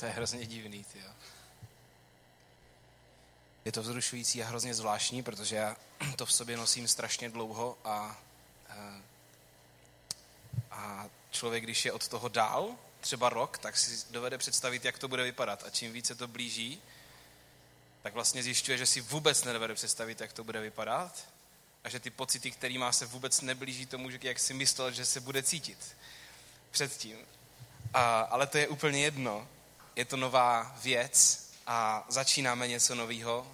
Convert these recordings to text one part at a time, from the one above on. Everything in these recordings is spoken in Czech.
To je hrozně divný, tyjo. Je to vzrušující a hrozně zvláštní, protože já to v sobě nosím strašně dlouho a člověk, když je od toho dál, třeba rok, tak si dovede představit, jak to bude vypadat. A čím více to blíží, tak vlastně zjišťuje, že si vůbec nedovede představit, jak to bude vypadat a že ty pocity, který má, se vůbec neblíží tomu, jak si myslel, že se bude cítit předtím. Ale to je úplně jedno. Je to nová věc a začínáme něco nového,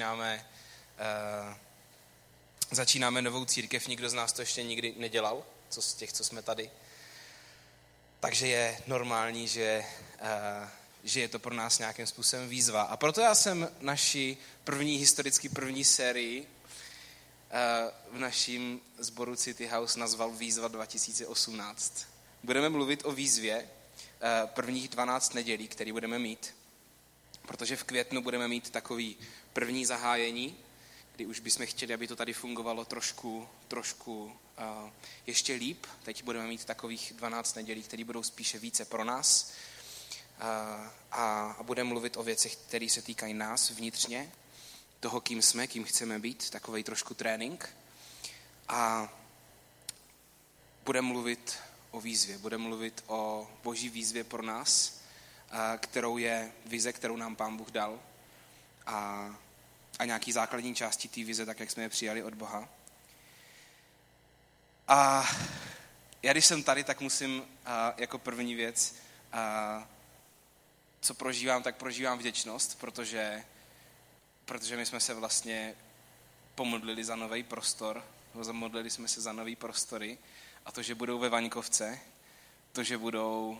začínáme novou církev, nikdo z nás to ještě nikdy nedělal, z těch, co jsme tady. Takže je normální, že je to pro nás nějakým způsobem výzva. A proto já jsem naši historicky první sérii v naším sboru City House nazval Výzva 2018. Budeme mluvit o výzvě prvních 12 nedělí, který budeme mít, protože v květnu budeme mít takový první zahájení, kdy už bychom chtěli, aby to tady fungovalo trošku ještě líp. Teď budeme mít takových 12 nedělí, které budou spíše více pro nás a budeme mluvit o věcech, které se týkají nás vnitřně, toho, kým jsme, kým chceme být, takovej trošku trénink. A budeme mluvit o výzvě, budeme mluvit o boží výzvě pro nás, kterou je vize, kterou nám Pán Bůh dal a nějaký základní části té vize, tak jak jsme je přijali od Boha. A já když jsem tady, tak musím jako první věc, co prožívám, tak prožívám vděčnost, protože my jsme se vlastně pomodlili za nový prostor, zamodlili jsme se za nový prostory a to, že budou ve Vaňkovce, to, že budou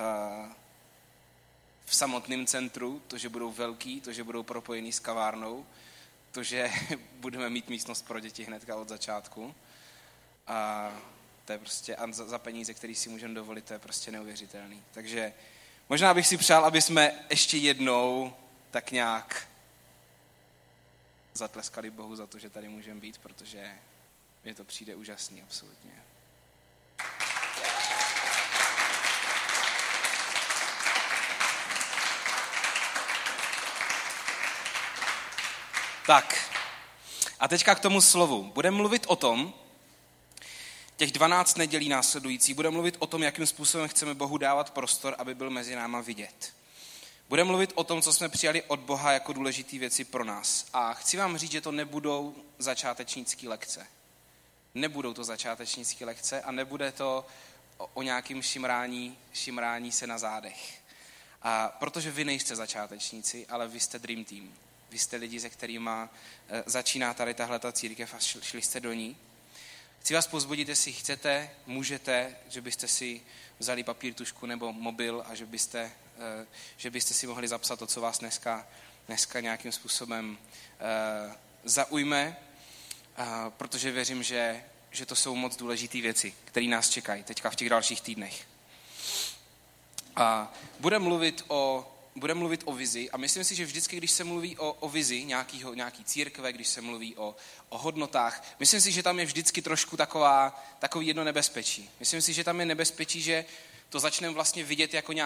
v samotném centru, to, že budou velký, to, že budou propojený s kavárnou, to, že budeme mít místnost pro děti hnedka od začátku. A to je prostě, a za peníze, které si můžeme dovolit, to je prostě neuvěřitelný. Takže možná bych si přál, aby jsme ještě jednou tak nějak zatleskali Bohu za to, že tady můžeme být, protože mně to přijde úžasný, absolutně. Tak, a teďka k tomu slovu. Budeme mluvit o tom, těch 12 nedělí následující, budeme mluvit o tom, jakým způsobem chceme Bohu dávat prostor, aby byl mezi náma vidět. Budeme mluvit o tom, co jsme přijali od Boha jako důležité věci pro nás. A chci vám říct, že to nebudou začátečnické lekce. Nebudou to začátečnické lekce a nebude to o nějakém šimrání se na zádech. Protože vy nejste začátečníci, ale vy jste Dream Team. Vy jste lidi, se kterými začíná tady tahleta církev a šli jste do ní. Chci vás povzbudit, jestli chcete, můžete, že byste si vzali papír, tužku nebo mobil a že byste si mohli zapsat to, co vás dneska nějakým způsobem zaujme, protože věřím, že to jsou moc důležité věci, které nás čekají teďka v těch dalších týdnech. Budeme mluvit o vizi a myslím si, že vždycky, když se mluví o vizi nějaký církve, když se mluví o hodnotách, myslím si, že tam je vždycky trošku takový jedno nebezpečí. Myslím si, že tam je nebezpečí, že to začneme vlastně vidět jako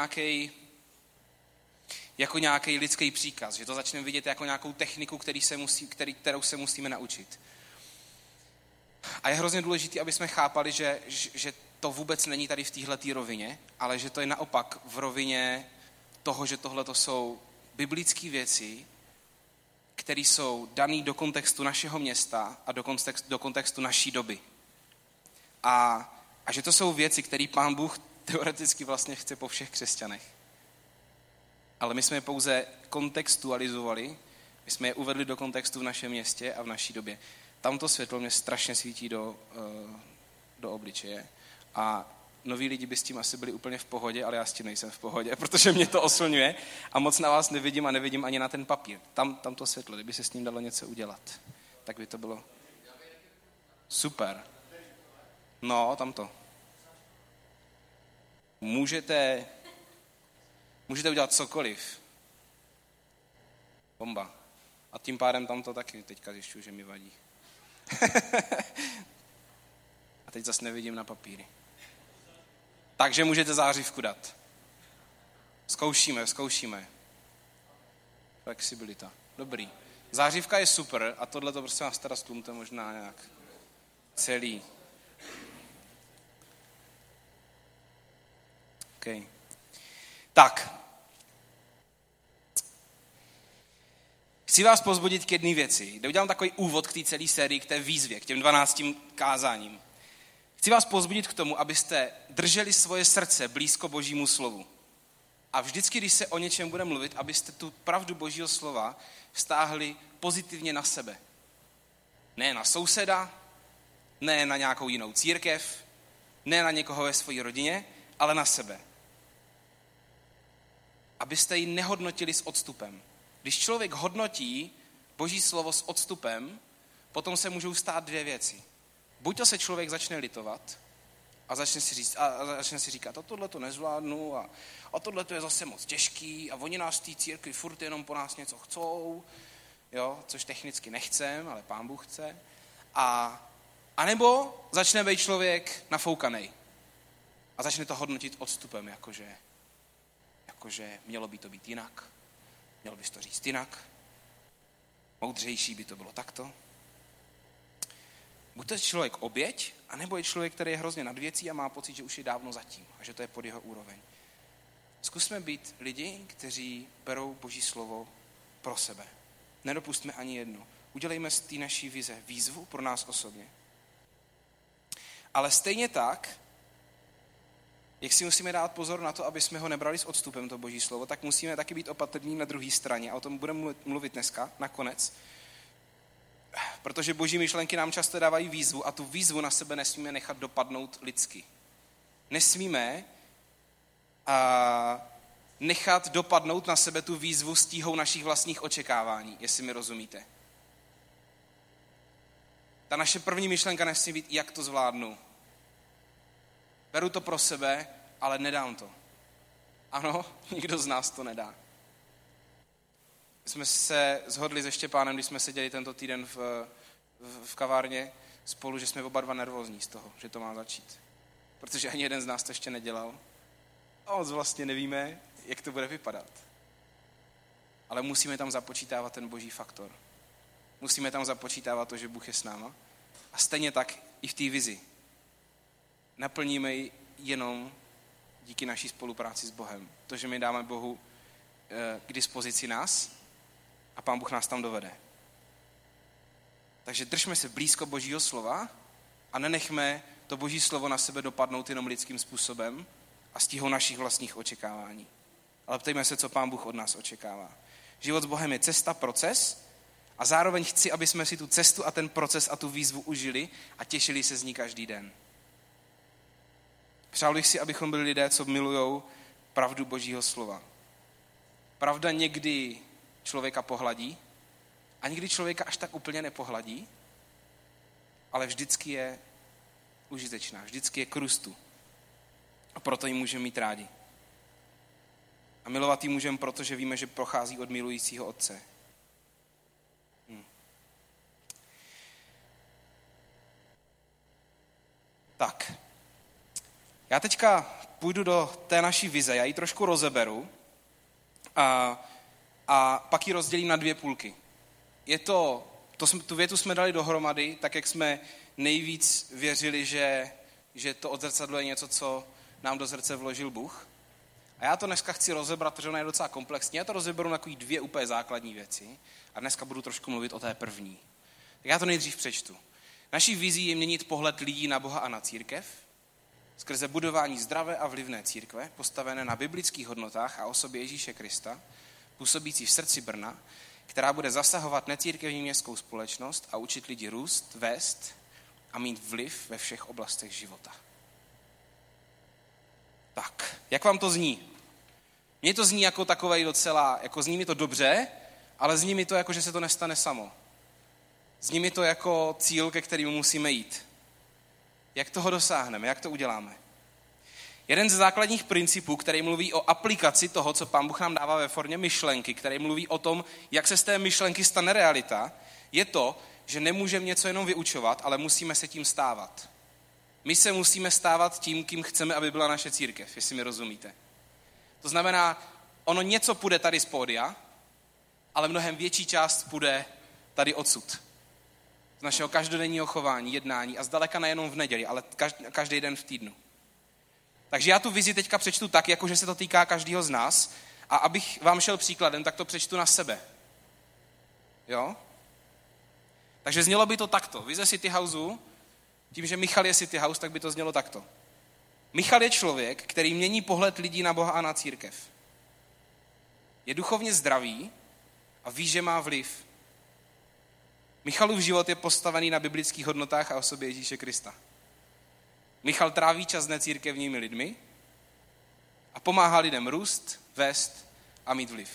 nějaký lidský příkaz, že to začneme vidět jako nějakou techniku, kterou se musíme naučit. A je hrozně důležité, aby jsme chápali, že to vůbec není tady v téhletý rovině, ale že to je naopak v rovině toho, že tohle to jsou biblické věci, které jsou dané do kontextu našeho města a do kontextu naší doby. A že to jsou věci, které Pán Bůh teoreticky vlastně chce po všech křesťanech. Ale my jsme je pouze kontextualizovali, my jsme je uvedli do kontextu v našem městě a v naší době. Tamto světlo mě strašně svítí do obličeje a noví lidi by s tím asi byli úplně v pohodě, ale já s tím nejsem v pohodě, protože mě to oslňuje a moc na vás nevidím a nevidím ani na ten papír. Tam to světlo, kdyby se s ním dalo něco udělat, tak by to bylo super. No, tamto. Můžete udělat cokoliv. Bomba. A tím pádem tamto taky teďka zjišťuji, že mi vadí. A teď zase nevidím na papíry. Takže můžete zářivku dát. Zkoušíme. Flexibilita. Dobrý. Zářivka je super a tohle to prostě vás teda stlumte možná nějak celý. Okay. Tak. Chci vás povzbudit k jedné věci. Udělám takový úvod k té celé sérii, k té výzvě, k těm 12 kázáním. Chci vás povzbudit k tomu, abyste drželi svoje srdce blízko Božímu slovu. A vždycky, když se o něčem bude mluvit, abyste tu pravdu Božího slova vztáhli pozitivně na sebe. Ne na souseda, ne na nějakou jinou církev, ne na někoho ve své rodině, ale na sebe. Abyste ji nehodnotili s odstupem. Když člověk hodnotí Boží slovo s odstupem, potom se můžou stát dvě věci. Buď to se člověk začne litovat a začne si říkat, a tohle to nezvládnu a tohle to je zase moc těžký a oni nás v té církvi furt jenom po nás něco chcou, jo, což technicky nechcem, ale Pán Bůh chce. A nebo začne být člověk nafoukanej a začne to hodnotit odstupem, jakože mělo by to být jinak, mělo bys to říct jinak, moudřejší by to bylo takto. Buď to je člověk oběť, anebo je člověk, který je hrozně nad věcí a má pocit, že už je dávno zatím a že to je pod jeho úroveň. Zkusme být lidi, kteří berou Boží slovo pro sebe. Nedopustme ani jedno. Udělejme z té naší vize výzvu pro nás osobně. Ale stejně tak, jak si musíme dát pozor na to, aby jsme ho nebrali s odstupem, to Boží slovo, tak musíme taky být opatrní na druhé straně. A o tom budeme mluvit dneska, nakonec. Protože Boží myšlenky nám často dávají výzvu a tu výzvu na sebe nesmíme nechat dopadnout lidsky. Nesmíme nechat dopadnout na sebe tu výzvu s tíhou našich vlastních očekávání, jestli mi rozumíte. Ta naše první myšlenka nesmí být, jak to zvládnu. Beru to pro sebe, ale nedám to. Ano, nikdo z nás to nedá. Jsme se shodli se Štěpánem, když jsme seděli tento týden v kavárně spolu, že jsme oba dva nervózní z toho, že to má začít. Protože ani jeden z nás to ještě nedělal. A moc vlastně nevíme, jak to bude vypadat. Ale musíme tam započítávat ten Boží faktor. Musíme tam započítávat to, že Bůh je s náma. A stejně tak i v té vizi. Naplníme ji jenom díky naší spolupráci s Bohem. To, že my dáme Bohu k dispozici nás a Pán Bůh nás tam dovede. Takže držme se blízko Božího slova a nenechme to Boží slovo na sebe dopadnout jenom lidským způsobem a stíhou našich vlastních očekávání. Ale ptejme se, co Pán Bůh od nás očekává. Život s Bohem je cesta, proces a zároveň chci, aby jsme si tu cestu a ten proces a tu výzvu užili a těšili se z ní každý den. Přál bych si, abychom byli lidé, co milujou pravdu Božího slova. Pravda někdy člověka pohladí a někdy člověka až tak úplně nepohladí, ale vždycky je užitečná, vždycky je k růstu. A proto ji můžeme mít rádi. A milovat ji můžeme, protože víme, že prochází od milujícího Otce. Tak. Já teďka půjdu do té naší vize, já ji trošku rozeberu a pak ji rozdělím na dvě půlky. Tu větu jsme dali dohromady, tak jak jsme nejvíc věřili, že to odzrcadluje něco, co nám do srdce vložil Bůh. A já to dneska chci rozebrat, protože ona je docela komplexní. Já to rozeberu na takový dvě úplně základní věci a dneska budu trošku mluvit o té první. Tak já to nejdřív přečtu. Naší vizí je měnit pohled lidí na Boha a na církev, skrze budování zdravé a vlivné církve, postavené na biblických hodnotách a osobě Ježíše Krista, působící v srdci Brna, která bude zasahovat necírkevní městskou společnost a učit lidi růst, vést a mít vliv ve všech oblastech života. Tak, jak vám to zní? Mně to zní jako takovej docela, jako zní mi to dobře, ale zní mi to jako, že se to nestane samo. Zní mi to jako cíl, ke kterému musíme jít. Jak toho dosáhneme, jak to uděláme? Jeden ze základních principů, který mluví o aplikaci toho, co Pán Bůh nám dává ve formě myšlenky, který mluví o tom, jak se z té myšlenky stane realita, je to, že nemůžeme něco jenom vyučovat, ale musíme se tím stávat. My se musíme stávat tím, kým chceme, aby byla naše církev, jestli mi rozumíte. To znamená, ono něco půjde tady z pódia, ale mnohem větší část půjde tady odsud. Z našeho každodenního chování, jednání a zdaleka nejenom v neděli, ale každý den v týdnu. Takže já tu vizi teďka přečtu tak, jakože se to týká každého z nás a abych vám šel příkladem, tak to přečtu na sebe. Jo? Takže znělo by to takto. Vize City Houseu, tím, že Michal je City House, tak by to znělo takto. Michal je člověk, který mění pohled lidí na Boha a na církev. Je duchovně zdravý a ví, že má vliv. Michalův život je postavený na biblických hodnotách a osobě Ježíše Krista. Michal tráví čas s necírkevními lidmi a pomáhá lidem růst, vést a mít vliv.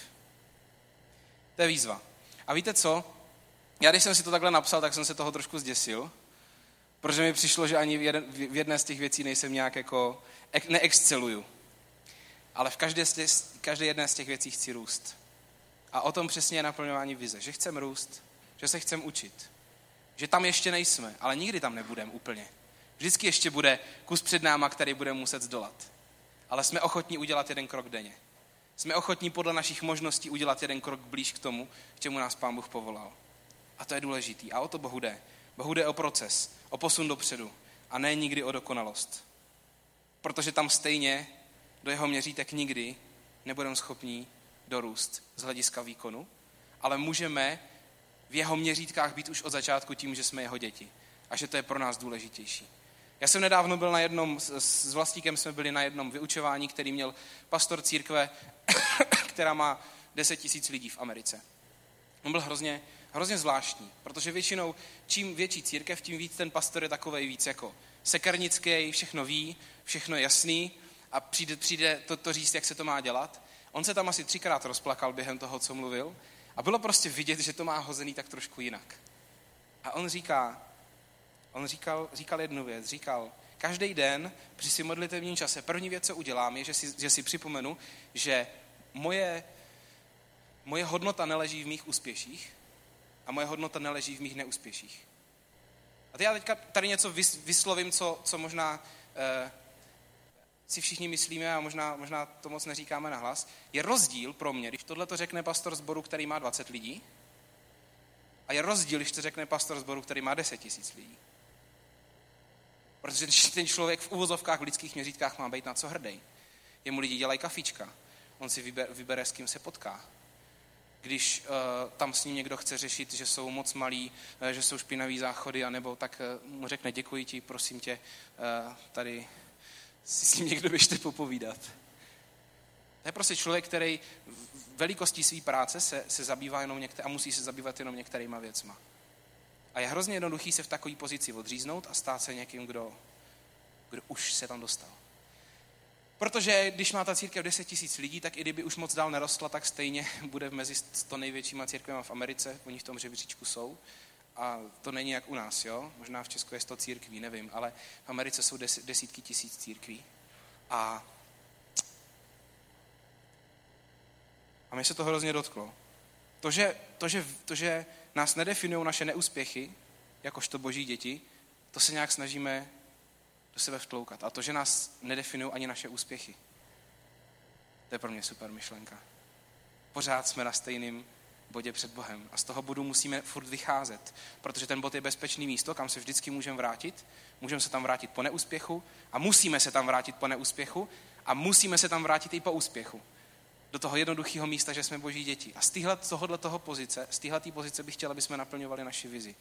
To je výzva. A víte co? Já když jsem si to takhle napsal, tak jsem se toho trošku zděsil, protože mi přišlo, že ani v jedné z těch věcí nejsem nějak jako, neexceluju. Ale v každé jedné z těch věcí chci růst. A o tom přesně je naplňování vize, že chcem růst, že se chcem učit, že tam ještě nejsme, ale nikdy tam nebudeme úplně. Vždycky ještě bude kus před náma, který budeme muset zdolat. Ale jsme ochotní udělat jeden krok denně. Jsme ochotní podle našich možností udělat jeden krok blíž k tomu, k čemu nás Pán Bůh povolal. A to je důležitý. A o to Bohu jde. Bohu jde o proces, o posun dopředu a ne nikdy o dokonalost. Protože tam stejně do jeho měřítek nikdy nebudeme schopní dorůst z hlediska výkonu, ale můžeme v jeho měřítkách být už od začátku tím, že jsme jeho děti a že to je pro nás důležitější. Já jsem nedávno byl s Vlastíkem jsme byli na jednom vyučování, který měl pastor církve, která má 10 000 lidí v Americe. On byl hrozně zvláštní, protože většinou čím větší církev, tím víc ten pastor je takovej víc jako sekernický, všechno ví, všechno je jasný a přijde to říct, jak se to má dělat. On se tam asi 3krát rozplakal během toho, co mluvil a bylo prostě vidět, že to má hozený tak trošku jinak. A on říkal jednu věc, říkal, každý den při si modlitevním čase, první věc, co udělám, je, že si připomenu, že moje hodnota neleží v mých úspěších a moje hodnota neleží v mých neúspěších. A já teďka tady něco vyslovím, co možná si všichni myslíme a možná to moc neříkáme nahlas. Je rozdíl pro mě, když tohle to řekne pastor sboru, který má 20 lidí, a je rozdíl, když to řekne pastor sboru, který má 10 000 lidí. Protože ten člověk v uvozovkách v lidských měřítkách má být na co hrdý. Jemu lidi dělají kafička, on si vybere, s kým se potká. Když tam s ním někdo chce řešit, že jsou moc malí, že jsou špinavý záchody, anebo tak mu řekne děkuji ti, prosím tě, tady si s ním někdo běžte popovídat. To je prostě člověk, který velikostí své práce se zabývá jenom a musí se zabývat jenom některýma věcma. A je hrozně jednoduchý se v takové pozici odříznout a stát se někým, kdo už se tam dostal. Protože když má ta církev 10 000 lidí, tak i kdyby už moc dál nerostla, tak stejně bude mezi 100 největšíma církvemi v Americe, oni v tom žebříčku jsou. A to není jak u nás, jo? Možná v Česku je 100 církví, nevím, ale v Americe jsou desítky tisíc církví. A mě se to hrozně dotklo. To, že nás nedefinují naše neúspěchy, jakožto boží děti, to se nějak snažíme do sebe vtloukat. A to, že nás nedefinují ani naše úspěchy, to je pro mě super myšlenka. Pořád jsme na stejném bodě před Bohem. A z toho bodu musíme furt vycházet, protože ten bod je bezpečný místo, kam se vždycky můžeme vrátit. Můžeme se tam vrátit po neúspěchu a musíme se tam vrátit po neúspěchu a musíme se tam vrátit i po úspěchu. Do toho jednoduchého místa, že jsme boží děti. A z téhleté pozice bych chtěl, aby jsme naplňovali naši vizi.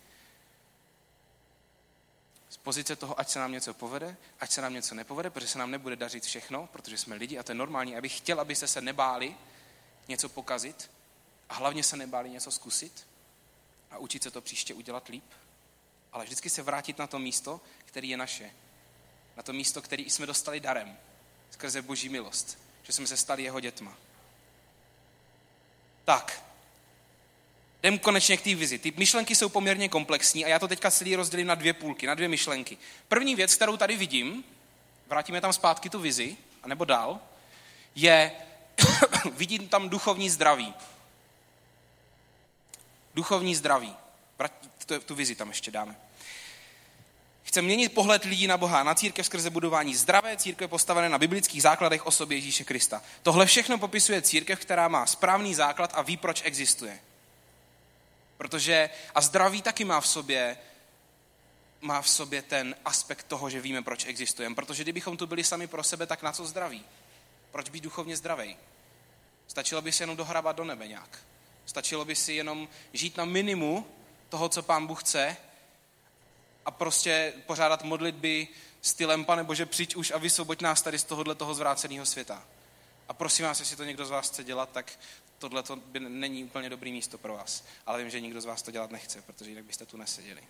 Z pozice toho, ať se nám něco povede, ať se nám něco nepovede, protože se nám nebude dařit všechno, protože jsme lidi a to je normální. Já bych chtěl, abyste se nebáli něco pokazit a hlavně se nebáli něco zkusit a učit se to příště udělat líp, ale vždycky se vrátit na to místo, který je naše. Na to místo, který jsme dostali darem, skrze boží milost, že jsme se stali jeho dětma. Tak, jdem konečně k té vizi. Ty myšlenky jsou poměrně komplexní a já to teďka celý rozdělím na 2 půlky, na 2 myšlenky. První věc, kterou tady vidím, vrátíme tam zpátky tu vizi, anebo dál, je, vidím tam duchovní zdraví. Duchovní zdraví. Tu vizi tam ještě dáme. Chce měnit pohled lidí na Boha, na církev skrze budování zdravé církve postavené na biblických základech osobě Ježíše Krista. Tohle všechno popisuje církev, která má správný základ a ví, proč existuje. Protože a zdraví taky má v sobě ten aspekt toho, že víme, proč existujeme. Protože kdybychom tu byli sami pro sebe, tak na co zdraví? Proč být duchovně zdravej? Stačilo by si jenom dohrabat do nebe nějak. Stačilo by si jenom žít na minimu toho, co Pán Bůh chce a prostě pořádat modlitby stylem Pane Bože, přijď už a vysvoboď nás tady z toho zvráceného světa. A prosím vás, jestli to někdo z vás chce dělat, tak tohle by není úplně dobrý místo pro vás. Ale vím, že nikdo z vás to dělat nechce, protože jinak byste tu neseděli.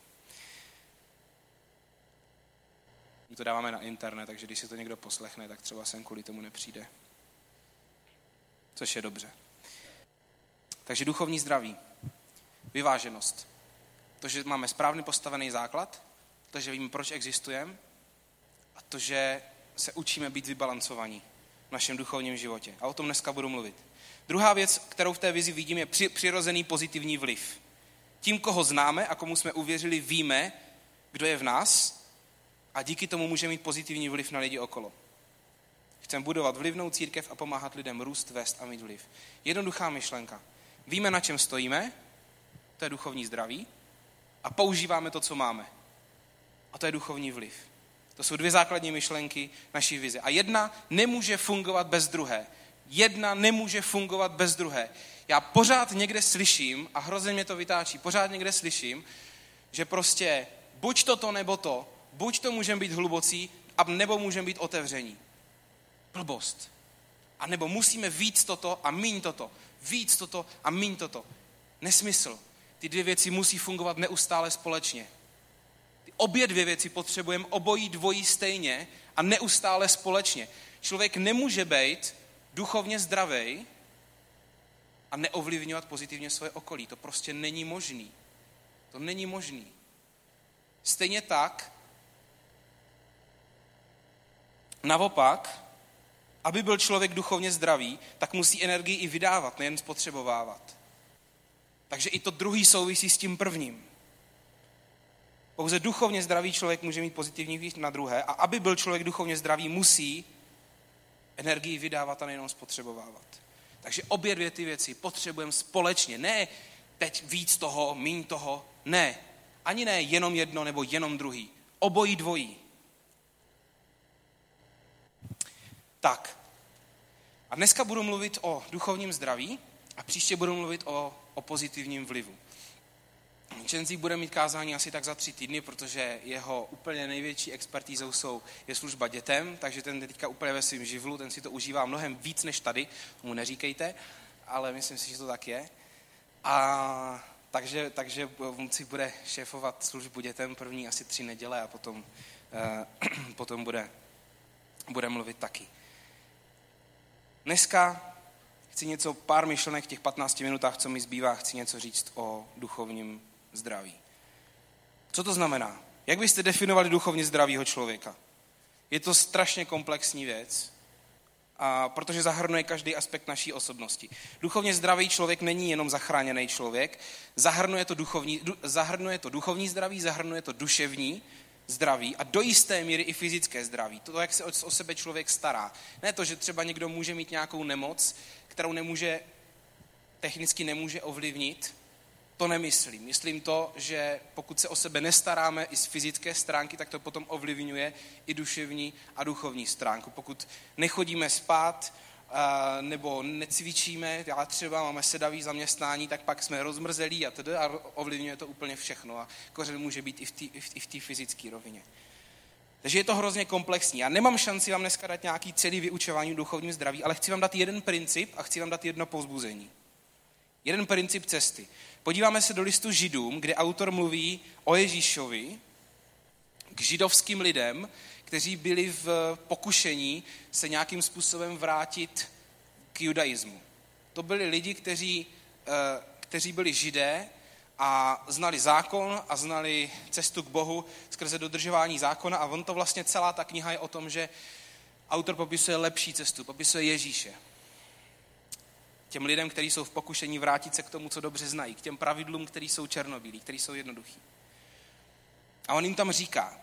My to dáváme na internet, takže když si to někdo poslechne, tak třeba sem kvůli tomu nepřijde. Což je dobře. Takže duchovní zdraví, vyváženost. To, že máme správně postavený základ, to, že víme, proč existujeme a to, že se učíme být vybalancovaní v našem duchovním životě. A o tom dneska budu mluvit. Druhá věc, kterou v té vizi vidím, je přirozený pozitivní vliv. Tím, koho známe a komu jsme uvěřili, víme, kdo je v nás a díky tomu může mít pozitivní vliv na lidi okolo. Chceme budovat vlivnou církev a pomáhat lidem růst, vést a mít vliv. Jednoduchá myšlenka. Víme, na čem stojíme, to je duchovní zdraví, a používáme to, co máme. A to je duchovní vliv. To jsou dvě základní myšlenky naší vize. A jedna nemůže fungovat bez druhé. Jedna nemůže fungovat bez druhé. Já pořád někde slyším, a hrozně mě to vytáčí, pořád někde slyším, že prostě buď toto nebo to, buď to můžeme být hlubocí, a nebo můžeme být otevření. Blbost. A nebo musíme víc toto a míň toto. Víc toto a míň toto. Nesmysl. Ty dvě věci musí fungovat neustále společně. Obě dvě věci potřebujeme obojí dvojí stejně a neustále společně. Člověk nemůže být duchovně zdravý a neovlivňovat pozitivně svoje okolí. To prostě není možný. To není možný. Stejně tak, naopak, aby byl člověk duchovně zdravý, tak musí energii i vydávat, nejen spotřebovávat. Takže i to druhý souvisí s tím prvním. Pouze duchovně zdravý člověk může mít pozitivní vliv na druhé a aby byl člověk duchovně zdravý, musí energii vydávat a nejenom spotřebovávat. Takže obě dvě ty věci potřebujeme společně. Ne teď víc toho, míň toho. Ne. Ani ne jenom jedno nebo jenom druhý. Obojí dvojí. Tak. A dneska budu mluvit o duchovním zdraví a příště budu mluvit o pozitivním vlivu. Čenzík bude mít kázání asi tak za 3 týdny, protože jeho úplně největší expertízou je služba dětem, takže ten je teďka úplně ve svým živlu, ten si to užívá mnohem víc než tady, tomu neříkejte, ale myslím si, že to tak je. A takže on si bude šéfovat službu dětem první asi 3 neděle a potom bude mluvit taky. Dneska chci pár myšlenek v těch 15 minutách, co mi zbývá, chci něco říct o duchovním zdraví. Co to znamená? Jak byste definovali duchovně zdravýho člověka? Je to strašně komplexní věc, protože zahrnuje každý aspekt naší osobnosti. Duchovně zdravý člověk není jenom zachráněný člověk, zahrnuje to duchovní zdraví, zahrnuje to duševní zdraví a do jisté míry i fyzické zdraví. To, jak se o sebe člověk stará. Ne to, že třeba někdo může mít nějakou nemoc, kterou technicky nemůže ovlivnit, to nemyslím. Myslím to, že pokud se o sebe nestaráme i z fyzické stránky, tak to potom ovlivňuje i duševní a duchovní stránku. Pokud nechodíme spát nebo necvičíme, ale třeba máme sedavý zaměstnání, tak pak jsme rozmrzelí a ovlivňuje to úplně všechno. A kořen může být i v té fyzické rovině. Takže je to hrozně komplexní. Já nemám šanci vám dneska dát nějaký celý vyučování duchovním zdraví, ale chci vám dát jeden princip a chci vám dát jedno povzbuzení. Jeden princip cesty. Podíváme se do listu Židům, kde autor mluví o Ježíšovi k židovským lidem, kteří byli v pokušení se nějakým způsobem vrátit k judaismu. To byli lidi, kteří byli židé a znali zákon a znali cestu k Bohu skrze dodržování zákona a on to vlastně celá ta kniha je o tom, že autor popisuje lepší cestu, popisuje Ježíše. Těm lidem, kteří jsou v pokušení vrátit se k tomu, co dobře znají, k těm pravidlům, které jsou černobílí, které jsou jednoduchý. A on jim tam říká,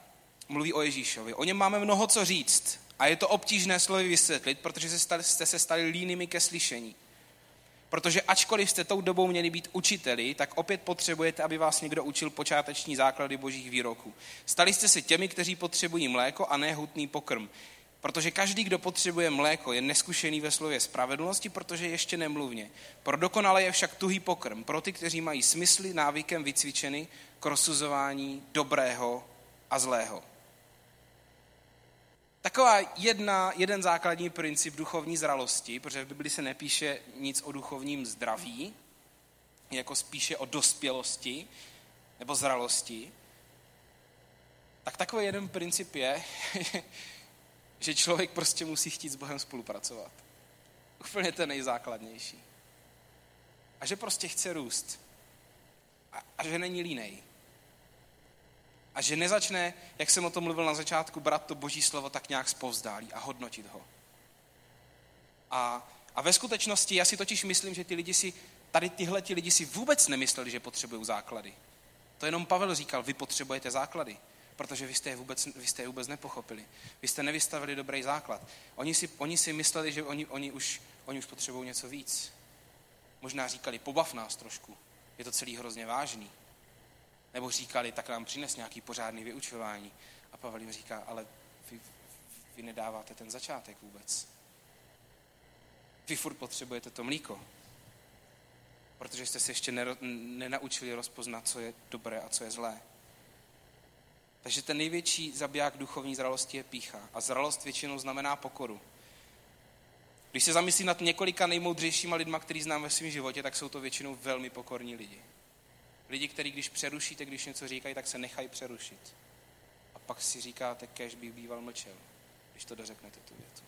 mluví o Ježíšovi. O něm máme mnoho co říct a je to obtížné slovy vysvětlit, protože jste se stali línými ke slyšení. Protože ačkoliv jste tou dobou měli být učiteli, tak opět potřebujete, aby vás někdo učil počáteční základy božích výroků. Stali jste se těmi, kteří potřebují mléko a ne hutný pokrm. Protože každý, kdo potřebuje mléko, je neskušený ve slově spravedlnosti, protože ještě nemluvně. Pro dokonale je však tuhý pokrm, pro ty, kteří mají smysly návykem vycvičeny k rozsuzování dobrého a zlého. Taková jeden základní princip duchovní zralosti, protože v Bibli se nepíše nic o duchovním zdraví, jako spíše o dospělosti nebo zralosti, tak takový jeden princip je, že člověk prostě musí chtít s Bohem spolupracovat. Úplně ten nejzákladnější. A že prostě chce růst. A že není línej. A že nezačne, jak jsem o tom mluvil na začátku, brát to boží slovo tak nějak zpovzdálí a hodnotit ho. A ve skutečnosti já si totiž myslím, že tyhle lidi si vůbec nemysleli, že potřebují základy. To jenom Pavel říkal, vy potřebujete základy, protože vy jste je vůbec nepochopili. Vy jste nevystavili dobrý základ. Oni si mysleli, že oni už potřebují něco víc. Možná říkali, pobav nás trošku, je to celý hrozně vážný. Nebo říkali, tak nám přines nějaký pořádný vyučování. A Pavel jim říká, ale vy nedáváte ten začátek vůbec. Vy furt potřebujete to mlíko. Protože jste se ještě nenaučili rozpoznat, co je dobré a co je zlé. Takže ten největší zabiják duchovní zralosti je pýcha. A zralost většinou znamená pokoru. Když se zamyslím nad několika nejmoudřejšíma lidma, který znám ve svém životě, tak jsou to většinou velmi pokorní lidi. Lidi, kteří když přerušíte, když něco říkají, tak se nechají přerušit. A pak si říkáte, kéž bych býval mlčel, když to dořeknete tu větu.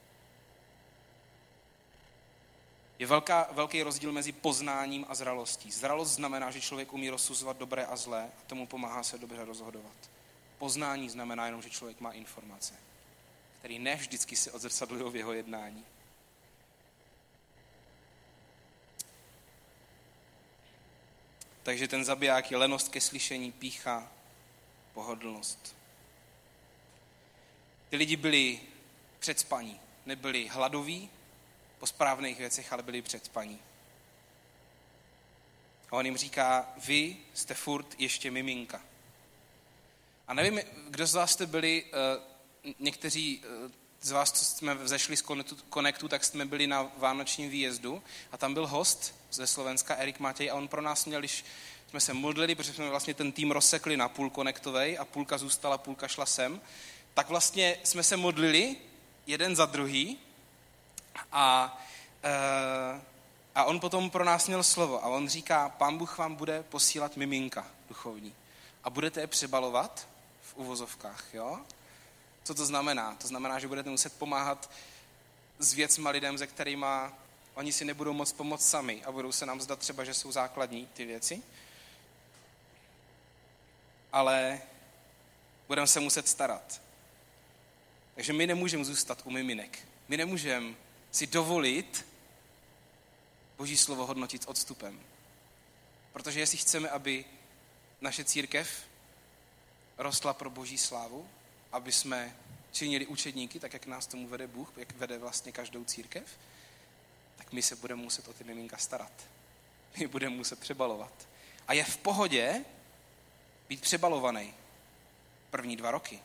Je velký rozdíl mezi poznáním a zralostí. Zralost znamená, že člověk umí rozsuzovat dobré a zlé a tomu pomáhá se dobře rozhodovat. Poznání znamená jenom, že člověk má informace, které ne vždycky se odzrcadlují v jeho jednání. Takže ten zabiják je lenost ke slyšení, pýcha, pohodlnost. Ty lidi byli předspaní, nebyli hladoví po správných věcech, ale byli předspaní. A on jim říká, vy jste furt ještě miminka. A nevím, kdo z vás jste byli, někteří z vás, co jsme vzešli z Connectu, tak jsme byli na vánočním výjezdu a tam byl host ze Slovenska, Erik Matěj, a on pro nás měl, když jsme se modlili, protože jsme vlastně ten tým rozsekli na půl Connectovej a půlka zůstala, půlka šla sem, tak vlastně jsme se modlili jeden za druhý a on potom pro nás měl slovo a on říká, Pán Bůh vám bude posílat miminka duchovní a budete je přebalovat v uvozovkách, jo? Co to znamená? To znamená, že budete muset pomáhat s věcma lidem, se kterými oni si nebudou moc pomoct sami a budou se nám zdat třeba, že jsou základní ty věci. Ale budeme se muset starat. Takže my nemůžeme zůstat u miminek. My nemůžeme si dovolit Boží slovo hodnotit s odstupem. Protože jestli chceme, aby naše církev rostla pro Boží slávu, aby jsme činili učedníky, tak jak nás tomu vede Bůh, jak vede vlastně každou církev, tak my se budeme muset o ty miminka starat. My budeme muset přebalovat. A je v pohodě být přebalovaný první 2 roky.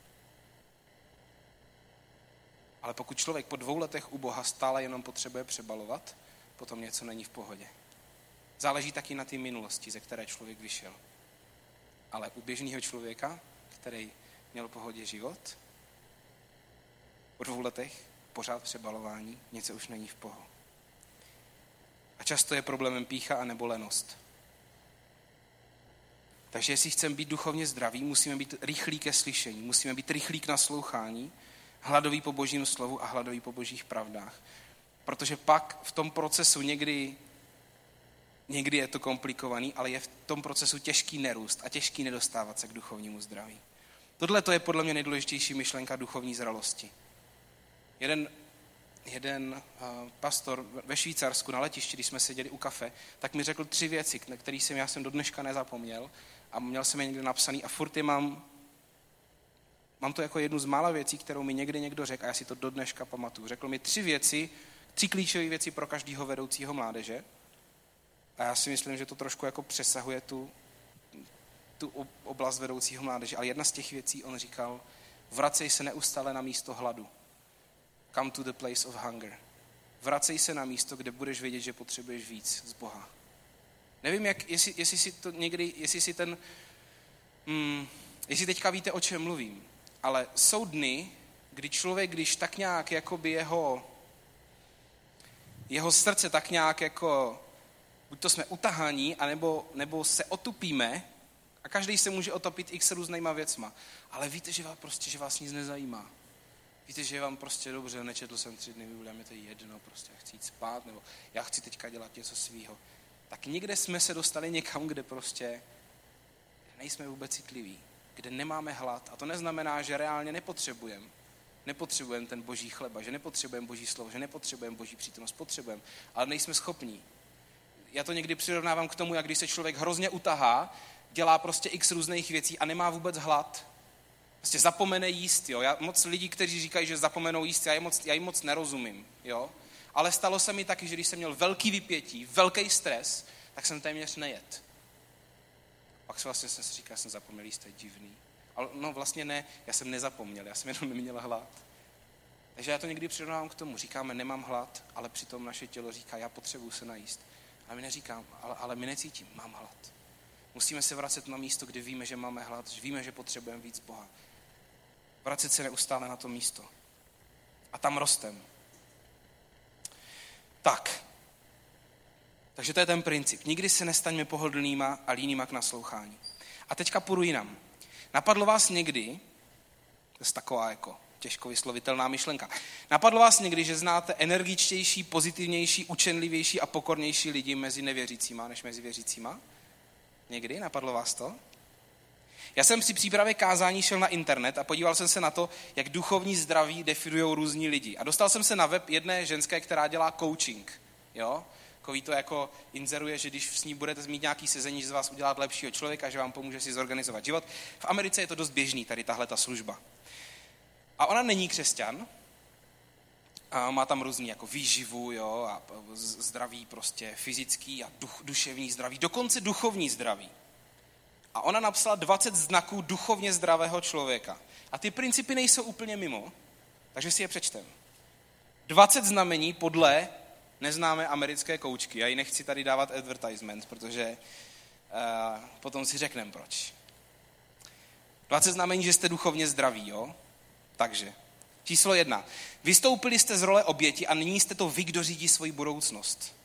Ale pokud člověk po 2 letech u Boha stále jenom potřebuje přebalovat, potom něco není v pohodě. Záleží taky na té minulosti, ze které člověk vyšel. Ale u běžného člověka, který měl v pohodě život, po 2 letech pořád přebalování, něco už není v pohodě. A často je problémem pýcha a nebo lenost. Takže jestli chceme být duchovně zdraví, musíme být rychlí ke slyšení, musíme být rychlí k naslouchání, hladoví po Božím slovu a hladoví po Božích pravdách. Protože pak v tom procesu někdy je to komplikovaný, ale je v tom procesu těžký nerůst a těžký nedostávat se k duchovnímu zdraví. Tohle to je podle mě nejdůležitější myšlenka duchovní zralosti. Jeden pastor ve Švýcarsku na letišti, když jsme seděli u kafe, tak mi řekl 3 věci, na které já jsem do dneška nezapomněl a měl jsem je někde napsaný a furt je mám Mám to jako jednu z mála věcí, kterou mi někdy někdo řekl, a já si to do dneška pamatuju. Řekl mi 3 klíčové věci pro každého vedoucího mládeže. A já si myslím, že to trošku jako přesahuje tu oblast vedoucího mládeže. Ale jedna z těch věcí, on říkal, vracej se neustále na místo hladu. Come to the place of hunger. Vracej se na místo, kde budeš vědět, že potřebuješ víc z Boha. Nevím, jestli si to někdy, jestli teďka víte, o čem mluvím, ale jsou dny, kdy člověk, když tak nějak jakoby jeho srdce tak nějak jako, buď to jsme utahaní, nebo se otupíme, a každý se může otopit x různýma věcma, ale víte, že vás nic nezajímá. Víte, že vám prostě dobře, nečetl jsem 3 dny Bibli, a mi to je jedno, prostě já chci jít spát, nebo já chci teďka dělat něco svýho. Tak někde jsme se dostali někam, kde prostě nejsme vůbec citliví, kde nemáme hlad. A to neznamená, že reálně nepotřebujeme ten boží chleba, že nepotřebujeme boží slovo, že nepotřebujeme boží přítomnost, potřebujeme, ale nejsme schopní. Já to někdy přirovnávám k tomu, jak když se člověk hrozně utahá, dělá prostě x různých věcí a nemá vůbec hlad. Prostě zapomene jíst, jo. Já moc lidí, kteří říkají, že zapomenou jíst, já jim moc nerozumím, jo. Ale stalo se mi taky, že když jsem měl velký vypětí, velký stres, tak jsem téměř nejet. Pak jsem si říkal, já jsem zapomněl jíst, to je divný. Ale no vlastně ne, já jsem nezapomněl, já jsem jenom neměl hlad. Takže já to někdy přirovnávám k tomu, říkáme, nemám hlad, ale přitom naše tělo říká, já potřebuju se najíst. A my neříkám, ale my necítím, mám hlad. Musíme se vracet na místo, kde víme, že máme hlad, že víme, že potřebujeme víc Boha. Vracet se neustále na to místo. A tam rostem. Takže to je ten princip. Nikdy se nestaňme pohodlnýma a línýma k naslouchání. A teďka půjdu jinam. Napadlo vás někdy, to je taková jako těžko vyslovitelná myšlenka, napadlo vás někdy, že znáte energičtější, pozitivnější, učenlivější a pokornější lidi mezi nevěřícíma než mezi věřícíma? Někdy? Napadlo vás to? Já jsem při přípravě kázání šel na internet a podíval jsem se na to, jak duchovní zdraví definují různí lidi. A dostal jsem se na web jedné ženské, která dělá coaching. Jo? Takový to jako inzeruje, že když s ní budete mít nějaký sezení, že z vás udělat lepšího člověka, že vám pomůže si zorganizovat život. V Americe je to dost běžný, tady tahle ta služba. A ona není křesťan, a má tam různý jako výživu, jo, a zdraví prostě fyzický a duševní zdraví, dokonce duchovní zdraví. A ona napsala 20 znaků duchovně zdravého člověka. A ty principy nejsou úplně mimo, takže si je přečtem. 20 znamení podle neznámé americké koučky. Já ji nechci tady dávat advertisement, protože potom si řekneme proč. 20 znamení, že jste duchovně zdraví, jo? Takže, číslo 1. Vystoupili jste z role oběti a nyní jste to vy, kdo řídí svoji budoucnost.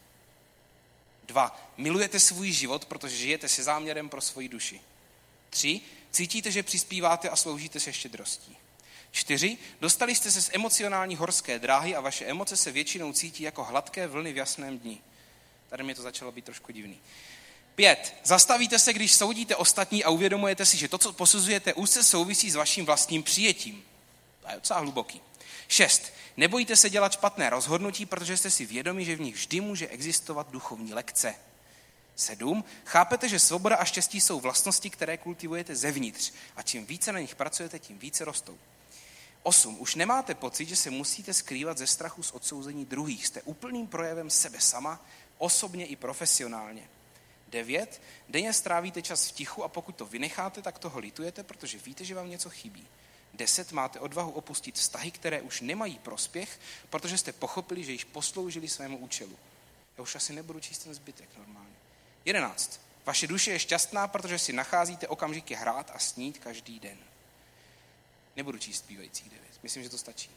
2. Milujete svůj život, protože žijete se záměrem pro svoji duši. 3. Cítíte, že přispíváte a sloužíte se štědrostí. 4. Dostali jste se z emocionální horské dráhy a vaše emoce se většinou cítí jako hladké vlny v jasném dni. Tady mě to začalo být trošku divný. 5. Zastavíte se, když soudíte ostatní a uvědomujete si, že to, co posuzujete, úzce souvisí s vaším vlastním přijetím. To je docela hluboký. 6. Nebojíte se dělat špatné rozhodnutí, protože jste si vědomi, že v nich vždy může existovat duchovní lekce. 7. Chápete, že svoboda a štěstí jsou vlastnosti, které kultivujete zevnitř a čím více na nich pracujete, tím více rostou. 8. Už nemáte pocit, že se musíte skrývat ze strachu z odsouzení druhých. Jste úplným projevem sebe sama, osobně i profesionálně. 9. Denně strávíte čas v tichu a pokud to vynecháte, tak toho litujete, protože víte, že vám něco chybí. 10. Máte odvahu opustit vztahy, které už nemají prospěch, protože jste pochopili, že již posloužili svému účelu. Já už asi nebudu číst ten zbytek normálně. 11. Vaše duše je šťastná, protože si nacházíte okamžiky hrát a snít každý den. Nebudu číst zbývajících 9. Myslím, že to stačí.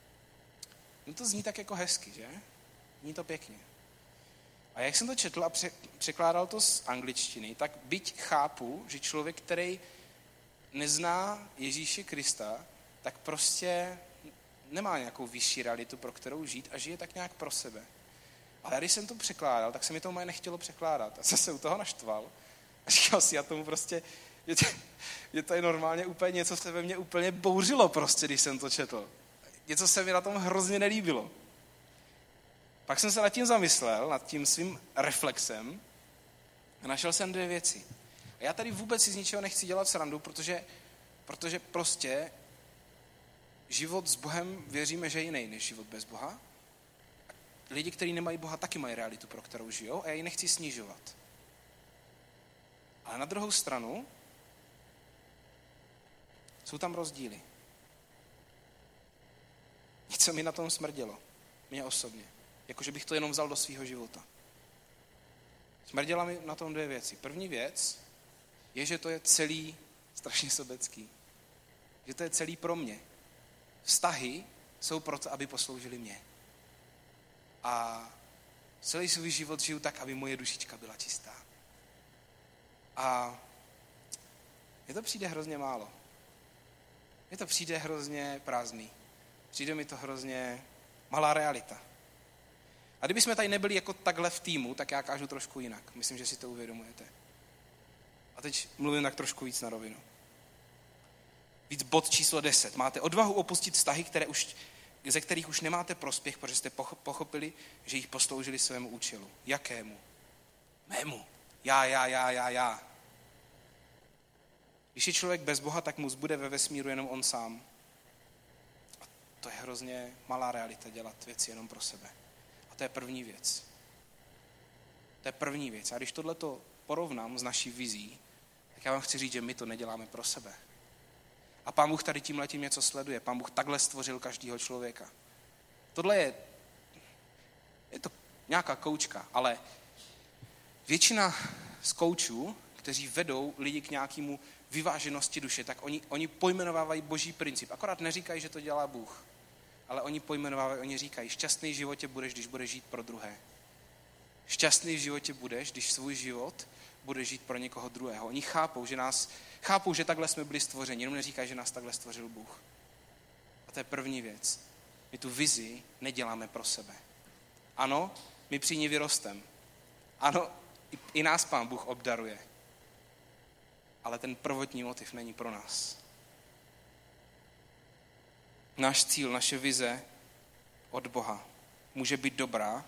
No to zní tak jako hezky, že? Zní to pěkně. A jak jsem to četl a překládal to z angličtiny, tak byť chápu, že člověk, který nezná Ježíše Krista, tak prostě nemá nějakou vyšší realitu, pro kterou žít a žije tak nějak pro sebe. Ale když jsem to překládal, tak se mi to moje nechtělo překládat. A jsem se u toho naštval a říkal si, já tomu prostě, je to je normálně úplně něco, se ve mně úplně bouřilo prostě, když jsem to četl. Něco se mi na tom hrozně nelíbilo. Pak jsem se nad tím zamyslel, nad tím svým reflexem a našel jsem 2 věci. A já tady vůbec si z ničeho nechci dělat srandu, protože prostě život s Bohem věříme, že je jiný než život bez Boha. Lidi, kteří nemají Boha, taky mají realitu, pro kterou žijou a já ji nechci snižovat. Ale na druhou stranu jsou tam rozdíly. Něco mi na tom smrdělo. Mně osobně. Jakože bych to jenom vzal do svého života. Smrděla mi na tom dvě věci. První věc je, že to je celý strašně sobecký. Že to je celý pro mě. Vztahy jsou proto, aby posloužili mě. A celý svůj život žiju tak, aby moje dušička byla čistá. A mně to přijde hrozně málo. Mně to přijde hrozně prázdný. Přijde mi to hrozně malá realita. A kdybychom tady nebyli jako takhle v týmu, tak já kážu trošku jinak. Myslím, že si to uvědomujete. A teď mluvím tak trošku víc na rovinu. Víc bod číslo 10. Máte odvahu opustit vztahy, ze kterých už nemáte prospěch, protože jste pochopili, že jich posloužili svému účelu. Jakému? Mému. Já. Když je člověk bez Boha, tak mu zbude ve vesmíru jenom on sám. A to je hrozně malá realita, dělat věci jenom pro sebe. A to je první věc. To je první věc. A když tohleto porovnám s naší vizí, tak já vám chci říct, že my to neděláme pro sebe. A Pán Bůh tady tímhletím něco sleduje. Pán Bůh takhle stvořil každého člověka. Tohle je to nějaká koučka, ale většina z koučů, kteří vedou lidi k nějakému vyváženosti duše, tak oni pojmenovávají boží princip. Akorát neříkají, že to dělá Bůh, ale oni říkají, šťastný v životě budeš, když budeš žít pro druhé. Šťastný v životě budeš, když svůj život budeš žít pro někoho druhého. Oni chápou, že takhle jsme byli stvořeni, jenom neříkají, že nás takhle stvořil Bůh. A to je první věc. My tu vizi neděláme pro sebe. Ano, my při ní vyrostem. Ano, i nás Pán Bůh obdaruje. Ale ten prvotní motiv není pro nás. Náš cíl, naše vize od Boha může být dobrá,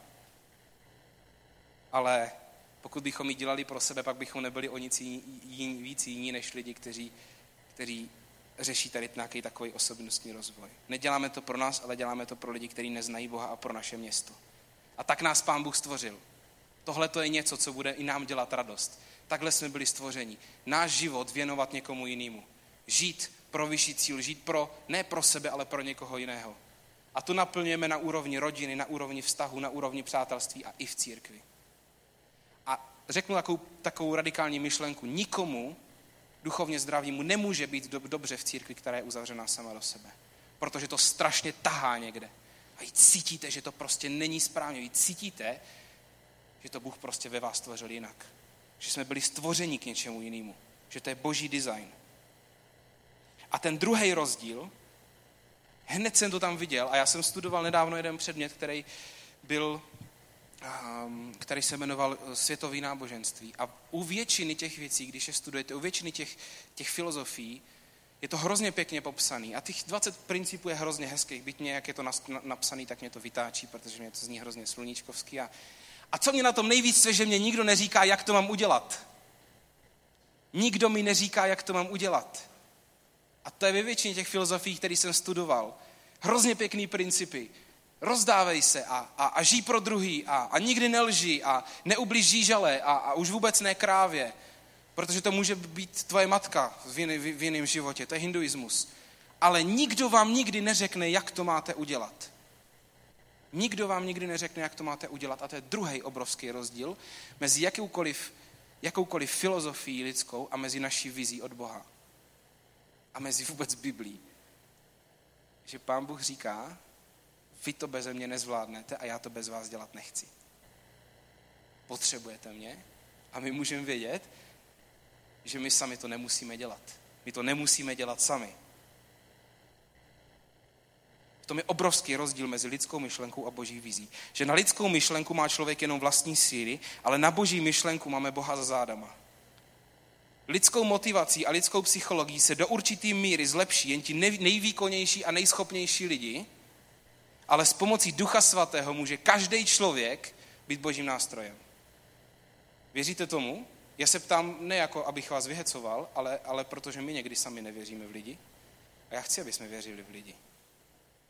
ale pokud bychom ji dělali pro sebe, pak bychom nebyli o nic víc jiní než lidi, kteří řeší tady nějaký takový osobnostní rozvoj. Neděláme to pro nás, ale děláme to pro lidi, kteří neznají Boha a pro naše město. A tak nás Pán Bůh stvořil. Tohle to je něco, co bude i nám dělat radost. Takhle jsme byli stvořeni. Náš život věnovat někomu jinému. Žít pro vyšší cíl, žít ne pro sebe, ale pro někoho jiného. A to naplňujeme na úrovni rodiny, na úrovni vztahu, na úrovni přátelství a i v církvi. A řeknu takovou radikální myšlenku. Nikomu duchovně zdravému nemůže být dobře v církvi, která je uzavřená sama do sebe. Protože to strašně tahá někde. A vy cítíte, že to prostě není správně. Vy cítíte, že to Bůh prostě ve vás stvořil jinak. Že jsme byli stvořeni k něčemu jinému. Že to je boží design. A ten druhý rozdíl, hned jsem to tam viděl a já jsem studoval nedávno jeden předmět, který se jmenoval Světový náboženství. A u většiny těch věcí, když je studujete, u většiny těch filozofií, je to hrozně pěkně popsaný. A těch 20 principů je hrozně hezkých. Byť mě, jak je to napsaný, tak mě to vytáčí, protože mě to zní hrozně sluníčkovský. A co mě na tom nejvíc, že mě nikdo neříká, jak to mám udělat. Nikdo mi neříká, jak to mám udělat. A to je ve většině těch filozofií, které jsem studoval. Hrozně pěkný principy. Rozdávej se a žij pro druhý a nikdy nelži a neubliž žížale a už vůbec ne krávě. Protože to může být tvoje matka v jiném životě. To je hinduismus. Ale nikdo vám nikdy neřekne, jak to máte udělat. Nikdo vám nikdy neřekne, jak to máte udělat. A to je druhý obrovský rozdíl mezi jakoukoliv filozofií lidskou a mezi naší vizí od Boha. A mezi vůbec Biblí. Že Pán Bůh říká, vy to beze mě nezvládnete a já to bez vás dělat nechci. Potřebujete mě a my můžeme vědět, že my sami to nemusíme dělat. My to nemusíme dělat sami. V tom je obrovský rozdíl mezi lidskou myšlenkou a boží vizí. Že na lidskou myšlenku má člověk jenom vlastní síly, ale na boží myšlenku máme Boha za zádama. Lidskou motivací a lidskou psychologií se do určitý míry zlepší jen ti nejvýkonnější a nejschopnější lidi, ale s pomocí Ducha Svatého může každý člověk být božím nástrojem. Věříte tomu? Já se ptám ne jako, abych vás vyhecoval, ale protože my někdy sami nevěříme v lidi. A já chci, aby jsme věřili v lidi.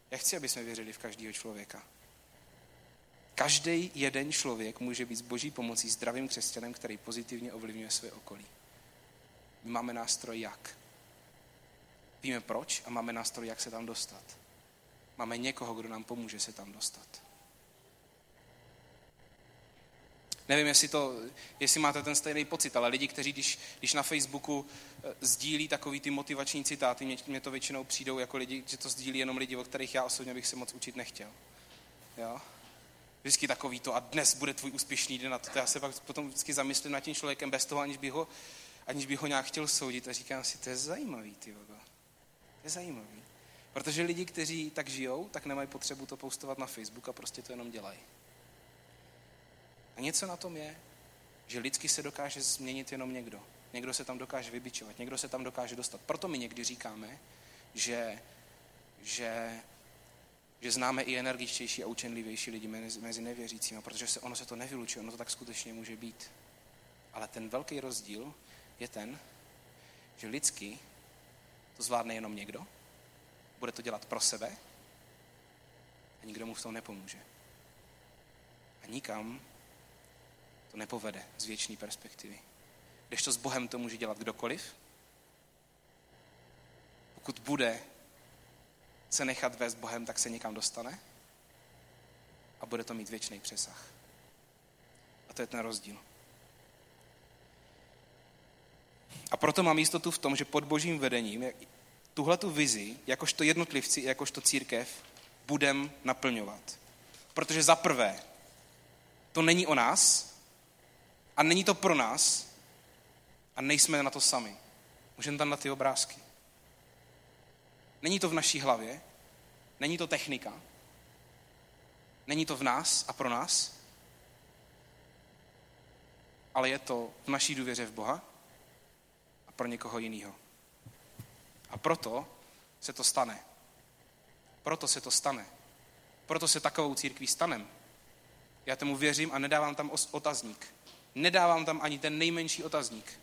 Já chci, aby jsme věřili v každého člověka. Každý jeden člověk může být s Boží pomocí zdravým křesťanem, který pozitivně ovlivňuje své okolí. My máme nástroj jak. Víme proč a máme nástroj, jak se tam dostat. Máme někoho, kdo nám pomůže se tam dostat. Nevím, jestli máte ten stejný pocit, ale lidi, kteří když na Facebooku sdílí takový ty motivační citáty, mě to většinou přijdou jako lidi, že to sdílí jenom lidi, o kterých já osobně bych se moc učit nechtěl. Jo? Vždycky takový to a dnes bude tvůj úspěšný den a to já se pak potom vždycky zamyslím nad tím člověkem bez toho, aniž bych ho nějak chtěl soudit a říkám si, to je zajímavý, ty vogo. To je zajímavý. Protože lidi, kteří tak žijou, tak nemají potřebu to postovat na Facebook a prostě to jenom dělají. A něco na tom je, že lidsky se dokáže změnit jenom někdo. Někdo se tam dokáže vybičovat, někdo se tam dokáže dostat. Proto my někdy říkáme, že známe i energičtější a učenlivější lidi mezi nevěřícími, protože ono se to nevylučuje, ono to tak skutečně může být. Ale ten velký rozdíl je ten, že lidsky to zvládne jenom někdo, bude to dělat pro sebe a nikdo mu v tom nepomůže. A nikam to nepovede z věčné perspektivy. Kdežto s Bohem to může dělat kdokoliv, pokud bude se nechat vést Bohem, tak se někam dostane a bude to mít věčný přesah. A to je ten rozdíl. A proto mám jistotu v tom, že pod Božím vedením tuhletu vizi, jakožto jednotlivci, jakožto církev, budem naplňovat. Protože za prvé, to není o nás a není to pro nás a nejsme na to sami. Můžeme tam dát ty obrázky. Není to v naší hlavě, není to technika, není to v nás a pro nás, ale je to v naší důvěře v Boha a pro někoho jiného. A proto se to stane. Proto se to stane. Proto se takovou církví stanem. Já tomu věřím a nedávám tam otazník. Nedávám tam ani ten nejmenší otazník.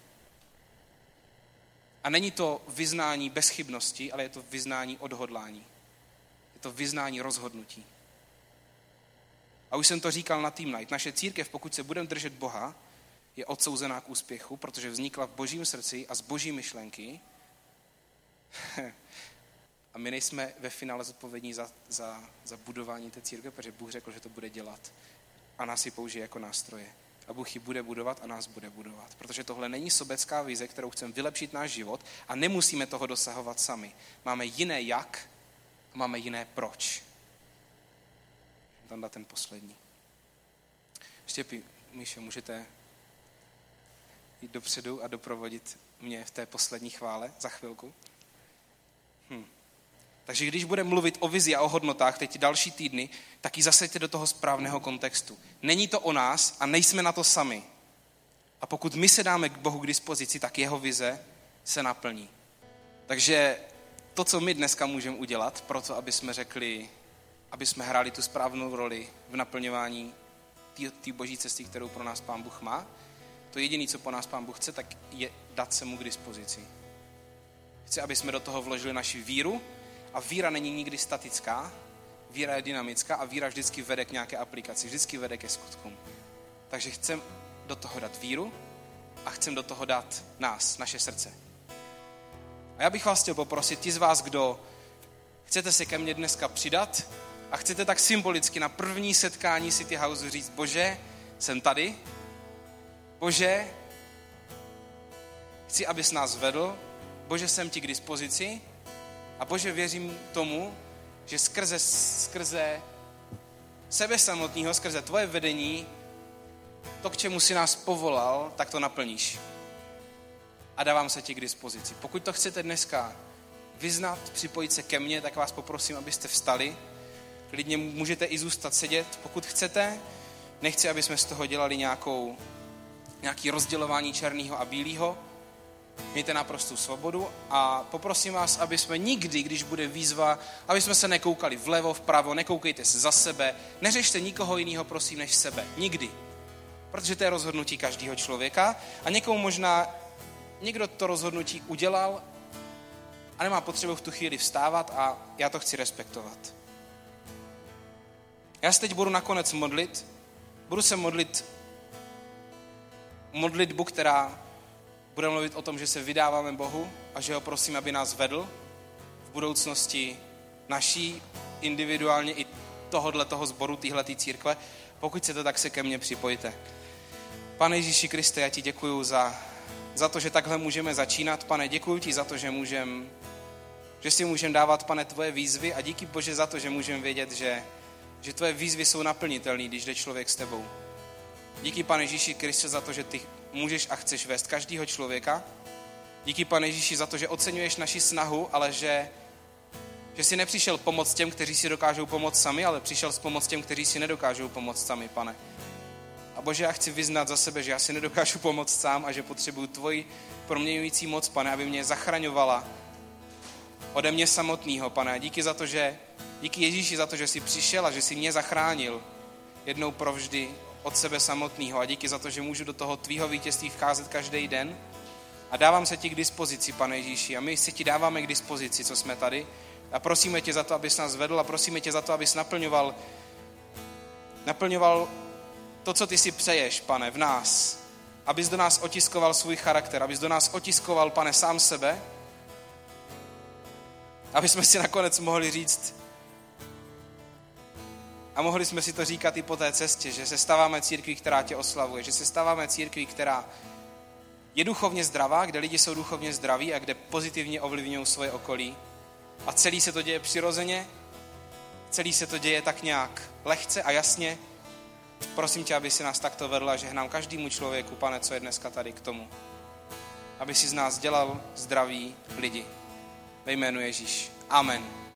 A není to vyznání bezchybnosti, ale je to vyznání odhodlání. Je to vyznání rozhodnutí. A už jsem to říkal na Team Night. Naše církev, pokud se budeme držet Boha, je odsouzená k úspěchu, protože vznikla v Božím srdci a z Boží myšlenky. A my nejsme ve finále zodpovědní za budování té církve, protože Bůh řekl, že to bude dělat. A nás ji použije jako nástroje. A Bůh ji bude budovat a nás bude budovat. Protože tohle není sobecká vize, kterou chceme vylepšit náš život a nemusíme toho dosahovat sami. Máme jiné jak a máme jiné proč. Tam dá ten poslední. Štěpí, Míšo, můžete jít dopředu a doprovodit mě v té poslední chvále za chvilku? Takže když budeme mluvit o vizi a o hodnotách teď další týdny, tak ji zasaďte do toho správného kontextu. Není to o nás a nejsme na to sami. A pokud my se dáme k Bohu k dispozici, tak jeho vize se naplní. Takže to, co my dneska můžeme udělat, proto aby jsme řekli, aby jsme hráli tu správnou roli v naplňování té boží cesty, kterou pro nás Pán Bůh má, to jediné, co po nás Pán Bůh chce, tak je dát se mu k dispozici. Chce, aby jsme do toho vložili naši víru, a víra není nikdy statická, víra je dynamická a víra vždycky vede k nějaké aplikaci, vždycky vede ke skutkům. Takže chcem do toho dát víru a chcem do toho dát nás, naše srdce. A já bych vás chtěl poprosit, ti z vás, kdo chcete se ke mně dneska přidat a chcete tak symbolicky na první setkání City Houseu říct, Bože, jsem tady, Bože, chci, abys nás vedl, Bože, jsem ti k dispozici, a Bože, věřím tomu, že skrze sebe samotného, skrze tvoje vedení, to, k čemu si nás povolal, tak to naplníš. A dávám se ti k dispozici. Pokud to chcete dneska vyznat, připojit se ke mně, tak vás poprosím, abyste vstali. Klidně můžete i zůstat sedět, pokud chcete. Nechci, aby jsme z toho dělali nějaký rozdělování černého a bílého. Mějte naprostou svobodu a poprosím vás, aby jsme nikdy, když bude výzva, aby jsme se nekoukali vlevo, vpravo, nekoukejte se za sebe, neřešte nikoho jiného, prosím, než sebe. Nikdy. Protože to je rozhodnutí každého člověka a někomu možná někdo to rozhodnutí udělal a nemá potřebu v tu chvíli vstávat a já to chci respektovat. Já se teď budu nakonec modlit. Budu se modlit modlitbu, která bude mluvit o tom, že se vydáváme Bohu a že ho prosím, aby nás vedl v budoucnosti naší, individuálně i toho sboru, téhletý církve. Pokud chcete, tak se ke mně připojte. Pane Ježíši Kriste, já ti děkuju za to, že takhle můžeme začínat. Pane, děkuju ti za to, že si můžeme dávat, Pane, tvoje výzvy a díky Bože za to, že můžeme vědět, že tvoje výzvy jsou naplnitelné, když jde člověk s tebou. Díky, Pane Ježíši Kriste, za to, že ty můžeš a chceš vést každého člověka. Díky, Pane Ježíši, za to, že oceňuješ naši snahu, ale že jsi nepřišel pomoct těm, kteří si dokážou pomoct sami, ale přišel s pomoct těm, kteří si nedokážou pomoct sami, Pane. A Bože, já chci vyznat za sebe, že já si nedokážu pomoct sám a že potřebuju tvoji proměňující moc, Pane, aby mě zachraňovala ode mě samotného, Pane. A díky Ježíši za to, že jsi přišel a že jsi mě zachránil jednou provždy od sebe samotného. A díky za to, že můžu do toho tvýho vítězství vcházet každý den. A dávám se ti k dispozici, Pane Ježíši. A my se ti dáváme k dispozici, co jsme tady. A prosíme tě za to, abys nás vedl a prosíme tě za to, abys naplňoval to, co ty si přeješ, Pane, v nás. Abys do nás otiskoval svůj charakter, abys do nás otiskoval, Pane, sám sebe. Aby jsme si nakonec mohli říct a mohli jsme si to říkat i po té cestě, že se stáváme církví, která tě oslavuje, že se stáváme církví, která je duchovně zdravá, kde lidi jsou duchovně zdraví a kde pozitivně ovlivňují svoje okolí. A celý se to děje přirozeně, celý se to děje tak nějak lehce a jasně. Prosím tě, aby si nás takto vedl a žehnám každému člověku, Pane, co je dneska tady k tomu. Aby si z nás dělal zdraví lidi. Ve jménu Ježíš. Amen.